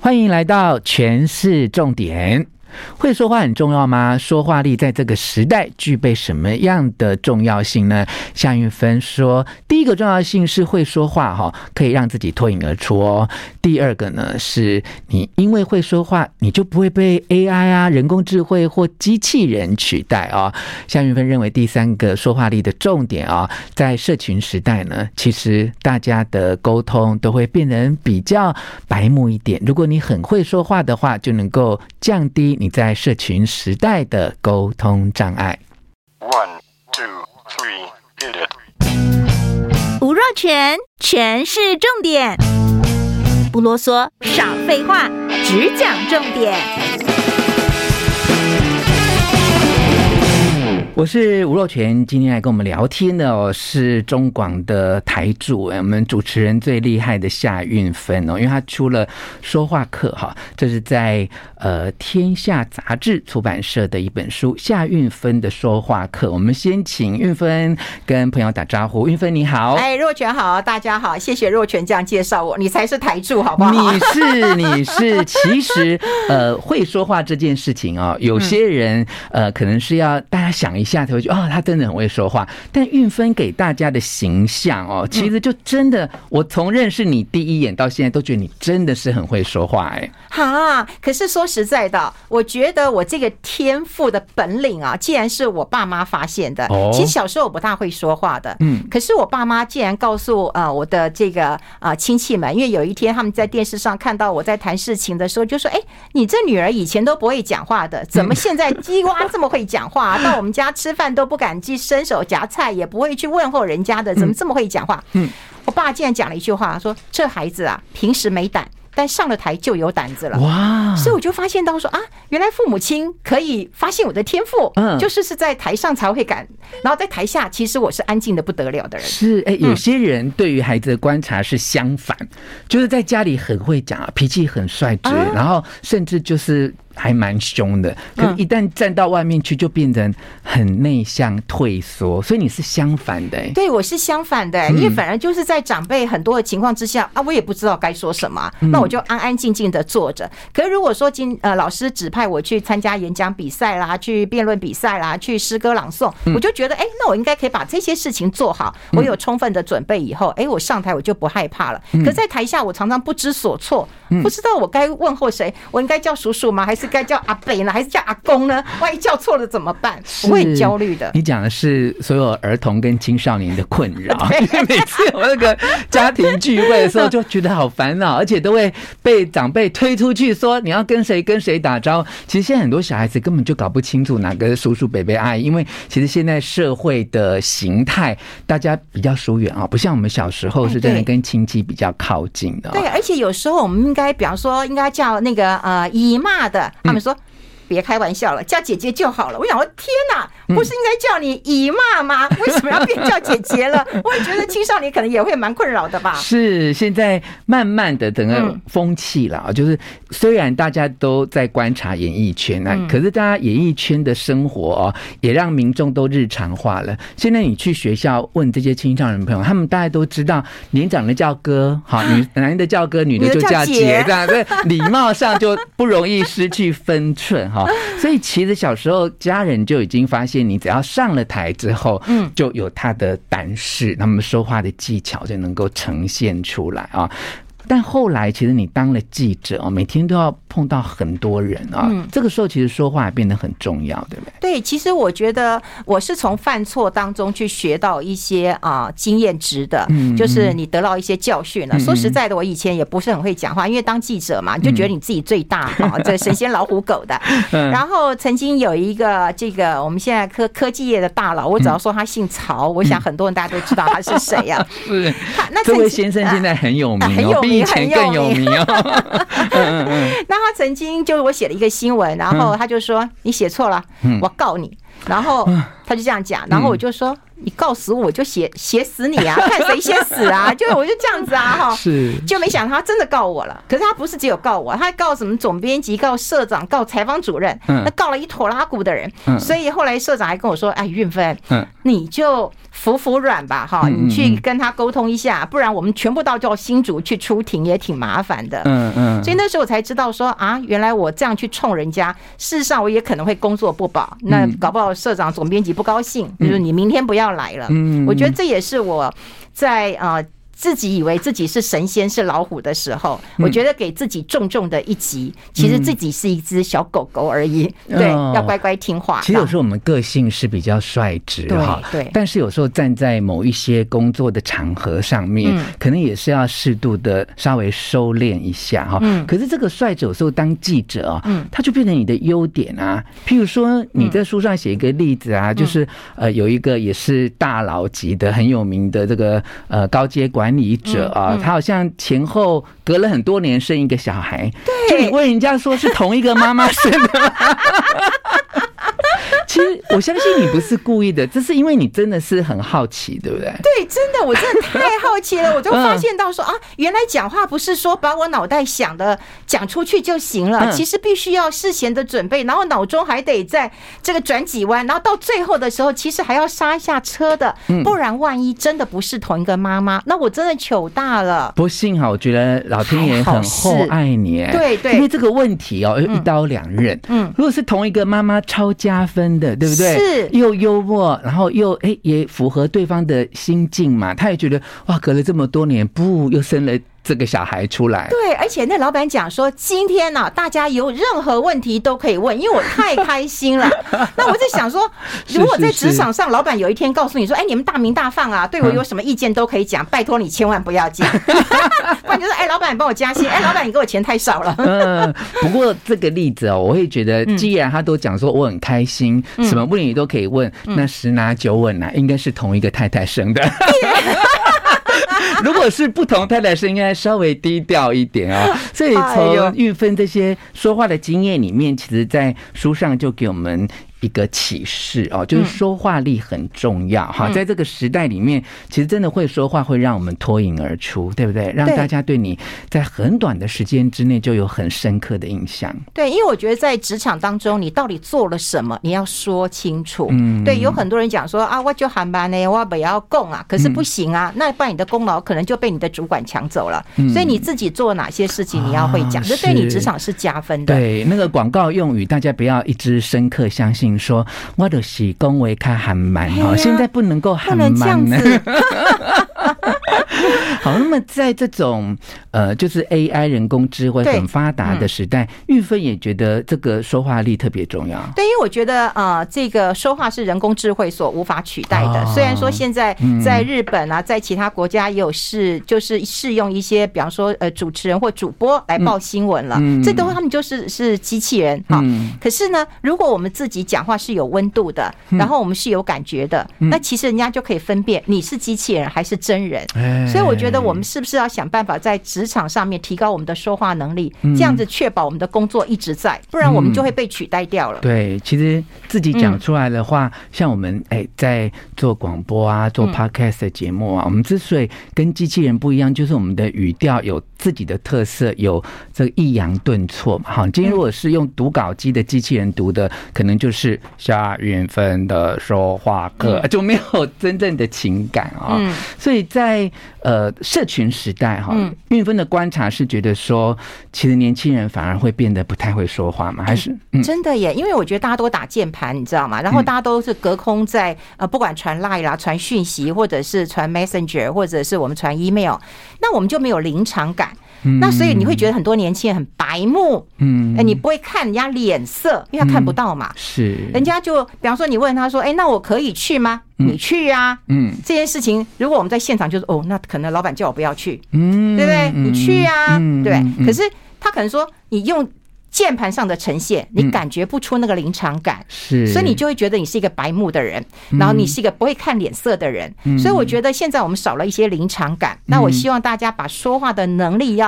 欢迎来到全是重点。会说话很重要吗？说话力在这个时代具备什么样的重要性呢？夏运芬说，第一个重要性是会说话可以让自己脱颖而出哦。第二个呢，是你因为会说话，你就不会被 AI 人工智慧或机器人取代哦。夏运芬认为第三个说话力的重点在社群时代呢，其实大家的沟通都会变得比较白目一点。如果你很会说话的话，就能够降低你在社群时代的沟通障碍。 1, 2, 3, hit it。 吴若权，全是重点，不啰嗦，少废话，只讲重点。 我是吴若权，今天来跟我们聊天的是中广的台柱，我们主持人最厉害的夏运芬因为他出了说话课这是在天下杂志出版社的一本书，夏运芬的说话课。我们先请运芬跟朋友打招呼。运芬你好。 若权好，大家好，谢谢若权这样介绍我，你才是台柱好不好？ 你是，其实会说话这件事情有些人可能是要大家想一下才会觉得他真的很会说话，但运芬给大家的形象其实就真的，我从认识你第一眼到现在都觉得你真的是很会说话可是说实在的，我觉得我这个天赋的本领既然是我爸妈发现的，其实小时候我不大会说话的，可是我爸妈既然告诉我的这个亲戚们，因为有一天他们在电视上看到我在谈事情的时候，就说你这女儿以前都不会讲话的，怎么现在叽哇这么会讲话到我们家吃饭都不敢去伸手夹菜，也不会去问候人家的，怎么这么会讲话？我爸竟然讲了一句话，说这孩子平时没胆，但上了台就有胆子了。哇！所以我就发现到说原来父母亲可以发现我的天赋，就是在台上才会敢，然后在台下其实我是安静的不得了的人。是有些人对于孩子的观察是相反，就是在家里很会讲，脾气很率直，然后甚至就是还蛮凶的，可是一旦站到外面去就变成很内向退缩，所以你是相反的对，我是相反的因为反而就是在长辈很多的情况之下我也不知道该说什么，那我就安安静静的坐着。可是如果说老师指派我去参加演讲比赛啦，去辩论比赛啦，去诗歌朗诵，我就觉得那我应该可以把这些事情做好，我有充分的准备以后我上台我就不害怕了。可是在台下我常常不知所措，不知道我该问候谁，我应该叫叔叔吗？还是该叫阿伯呢？还是叫阿公呢？万一叫错了怎么办？我会很焦虑的。 你讲的是所有儿童跟青少年的困扰，因为每次我那个家庭聚会的时候就觉得好烦恼，而且都会被长辈推出去说你要跟谁跟谁打招呼。其实现在很多小孩子根本就搞不清楚哪个叔叔伯伯阿姨，因为其实现在社会的形态大家比较疏远不像我们小时候是真的跟亲戚比较靠近的。 对，而且有时候我们应该比方说应该叫那个姨妈的，他们说别开玩笑了，叫姐姐就好了。我想说天哪，不是应该叫你姨妈吗？为什么要变叫姐姐了？我也觉得青少年可能也会蛮困扰的吧。 是，现在慢慢的整个风气啦，就是虽然大家都在观察演艺圈可是大家演艺圈的生活也让民众都日常化了。现在你去学校问这些青少年朋友，他们大家都知道年长的叫哥男的叫哥，女的就叫姐，这样对礼貌上就不容易失去分寸所以其实小时候家人就已经发现你只要上了台之后就有他的胆识，他们说话的技巧就能够呈现出来但后来其实你当了记者每天都要碰到很多人这个时候其实说话也变得很重要，对不对？ 对，其实我觉得我是从犯错当中去学到一些经验值的，就是你得到一些教训了。说实在的，我以前也不是很会讲话，因为当记者嘛，你就觉得你自己最大这神仙老虎狗的。然后曾经有一个这个我们现在科技业的大佬，我只要说他姓曹，我想很多人大家都知道他是谁啊。 是，这位先生现在很有名比以前更有名那他曾经就是我写了一个新闻，然后他就说你写错了，我告你。然后他就这样讲，然后我就说你告死我，我就写死你啊，看谁先死啊，就我就这样子是， 就没想到他真的告我了。可是他不是只有告我，他告什么总编辑、告社长、告采访主任，他告了一坨拉骨的人。所以后来社长还跟我说，运芬， 你就服软吧哈，你去跟他沟通一下，不然我们全部到新竹去出庭也挺麻烦的。所以那时候我才知道说啊，原来我这样去冲人家，事实上我也可能会工作不保，那搞不好社长总编辑不高兴，就是你明天不要来了。我觉得这也是我在自己以为自己是神仙是老虎的时候，我觉得给自己重重的一击，其实自己是一只小狗狗而已，对，要乖乖听话。 其实有时候我们个性是比较率直哈， 对， 但是有时候站在某一些工作的场合上面，可能也是要适度的稍微收敛一下哈。可是这个率直有时候当记者啊，他就变成你的优点啊。譬如说你在书上写一个例子啊，就是有一个也是大佬级的很有名的这个高阶管理者啊，他好像前后隔了很多年生一个小孩，就你问人家说是同一个妈妈生的吗？其实我相信你不是故意的，这是因为你真的是很好奇，对不对？ 对，真的，我真的太好奇了，我就发现到说啊，原来讲话不是说把我脑袋想的讲出去就行了，其实必须要事前的准备，然后脑中还得在这个转几弯，然后到最后的时候，其实还要刹一下车的，不然万一真的不是同一个妈妈，那我真的糗大了。 不过幸好，我觉得老天爷很厚爱你， 对对， 因为这个问题哦，一刀两刃。如果是同一个妈妈，超加分的，对不对？ 是， 又幽默，然后又也符合对方的心境嘛，他也觉得哇，隔了这么多年，不又生了这个小孩出来。 对，而且那老板讲说，今天呢，大家有任何问题都可以问，因为我太开心了。那我在想说，如果在职场上，老板有一天告诉你说，你们大名大放啊，对我有什么意见都可以讲，拜托你千万不要讲。不然就说，老板你帮我加薪，老板你给我钱太少了。 不过这个例子我会觉得，既然他都讲说我很开心，什么问题都可以问，那十拿九稳啊，应该是同一个太太生的。如果是不同太太生，应该稍微低调一点啊。所以从玉芬这些说话的经验里面，其实在书上就给我们一个启示哦，就是说话力很重要哈。在这个时代里面，其实真的会说话会让我们脱颖而出，对不对？让大家对你在很短的时间之内就有很深刻的印象。 对，因为我觉得在职场当中，你到底做了什么，你要说清楚。对，有很多人讲说啊，我就喊班呢，我不要供啊，可是不行啊，那不然你的功劳可能就被你的主管抢走了。所以你自己做哪些事情你要会讲，这对你职场是加分的。 对，那个广告用语，大家不要一直深刻相信说我就是恭维开喊慢哈，现在不能够喊慢呢。好，那么在这种就是 AI 人工智慧很发达的时代，玉芬也觉得这个说话力特别重要。 对，因为我觉得这个说话是人工智慧所无法取代的。虽然说现在在日本啊，在其他国家也有就是适用一些，比方说主持人或主播来报新闻了，这都他们就是机器人哈。可是呢，如果我们自己讲话是有温度的，然后我们是有感觉的，那其实人家就可以分辨你是机器人还是真人。所以我觉得我们是不是要想办法在职场上面提高我们的说话能力，这样子确保我们的工作一直在，不然我们就会被取代掉了。 对，其实自己讲出来的话，像我们在做广播啊，做 podcast 的节目啊，我们之所以跟机器人不一样，就是我们的语调有自己的特色，有这个抑扬顿挫嘛。好，今天如果是用读稿机的机器人读的，可能就是夏韵芬的说话课，就没有真正的情感啊。所以在社群时代哈，韵芬的观察是觉得说，其实年轻人反而会变得不太会说话嘛，还是真的耶？因为我觉得大家都打键盘，你知道吗？然后大家都是隔空在不管传 LINE 啦、传讯息，或者是传 Messenger， 或者是我们传 email， 那我们就没有临场感。那所以你会觉得很多年轻人很白目，你不会看人家脸色，因为他看不到嘛。是，人家就比方说你问他说，那我可以去吗？你去啊，这件事情如果我们在现场就是那可能老板叫我不要去，对不对？你去啊，对。可是他可能说你用键盘上的呈现，你感觉不出那个临场感，是，所以你就会觉得你是一个白目的人，然后你是一个不会看脸色的人，所以我觉得现在我们少了一些临场感。那我希望大家把说话的能力要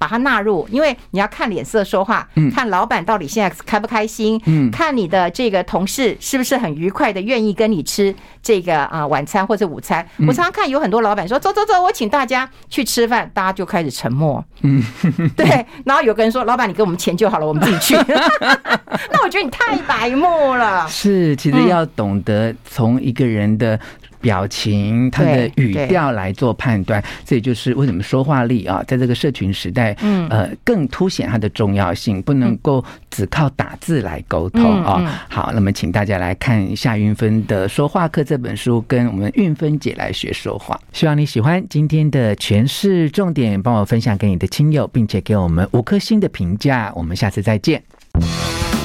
把它纳入，因为你要看脸色说话，看老板到底现在开不开心，看你的这个同事是不是很愉快的愿意跟你吃这个晚餐或者午餐。我常常看有很多老板说走，我请大家去吃饭，大家就开始沉默。对，然后有个人说老板你给我们钱就好了，我们自己去。那我觉得你太白目了。 是，其实要懂得从一个人的表情他的语调来做判断，这也就是为什么说话力啊，在这个社群时代更凸显它的重要性，不能够只靠打字来沟通啊。好，那么请大家来看夏运芬的说话课这本书，跟我们运芬姐来学说话。希望你喜欢今天的诠释重点，帮我分享给你的亲友，并且给我们5颗星的评价。我们下次再见。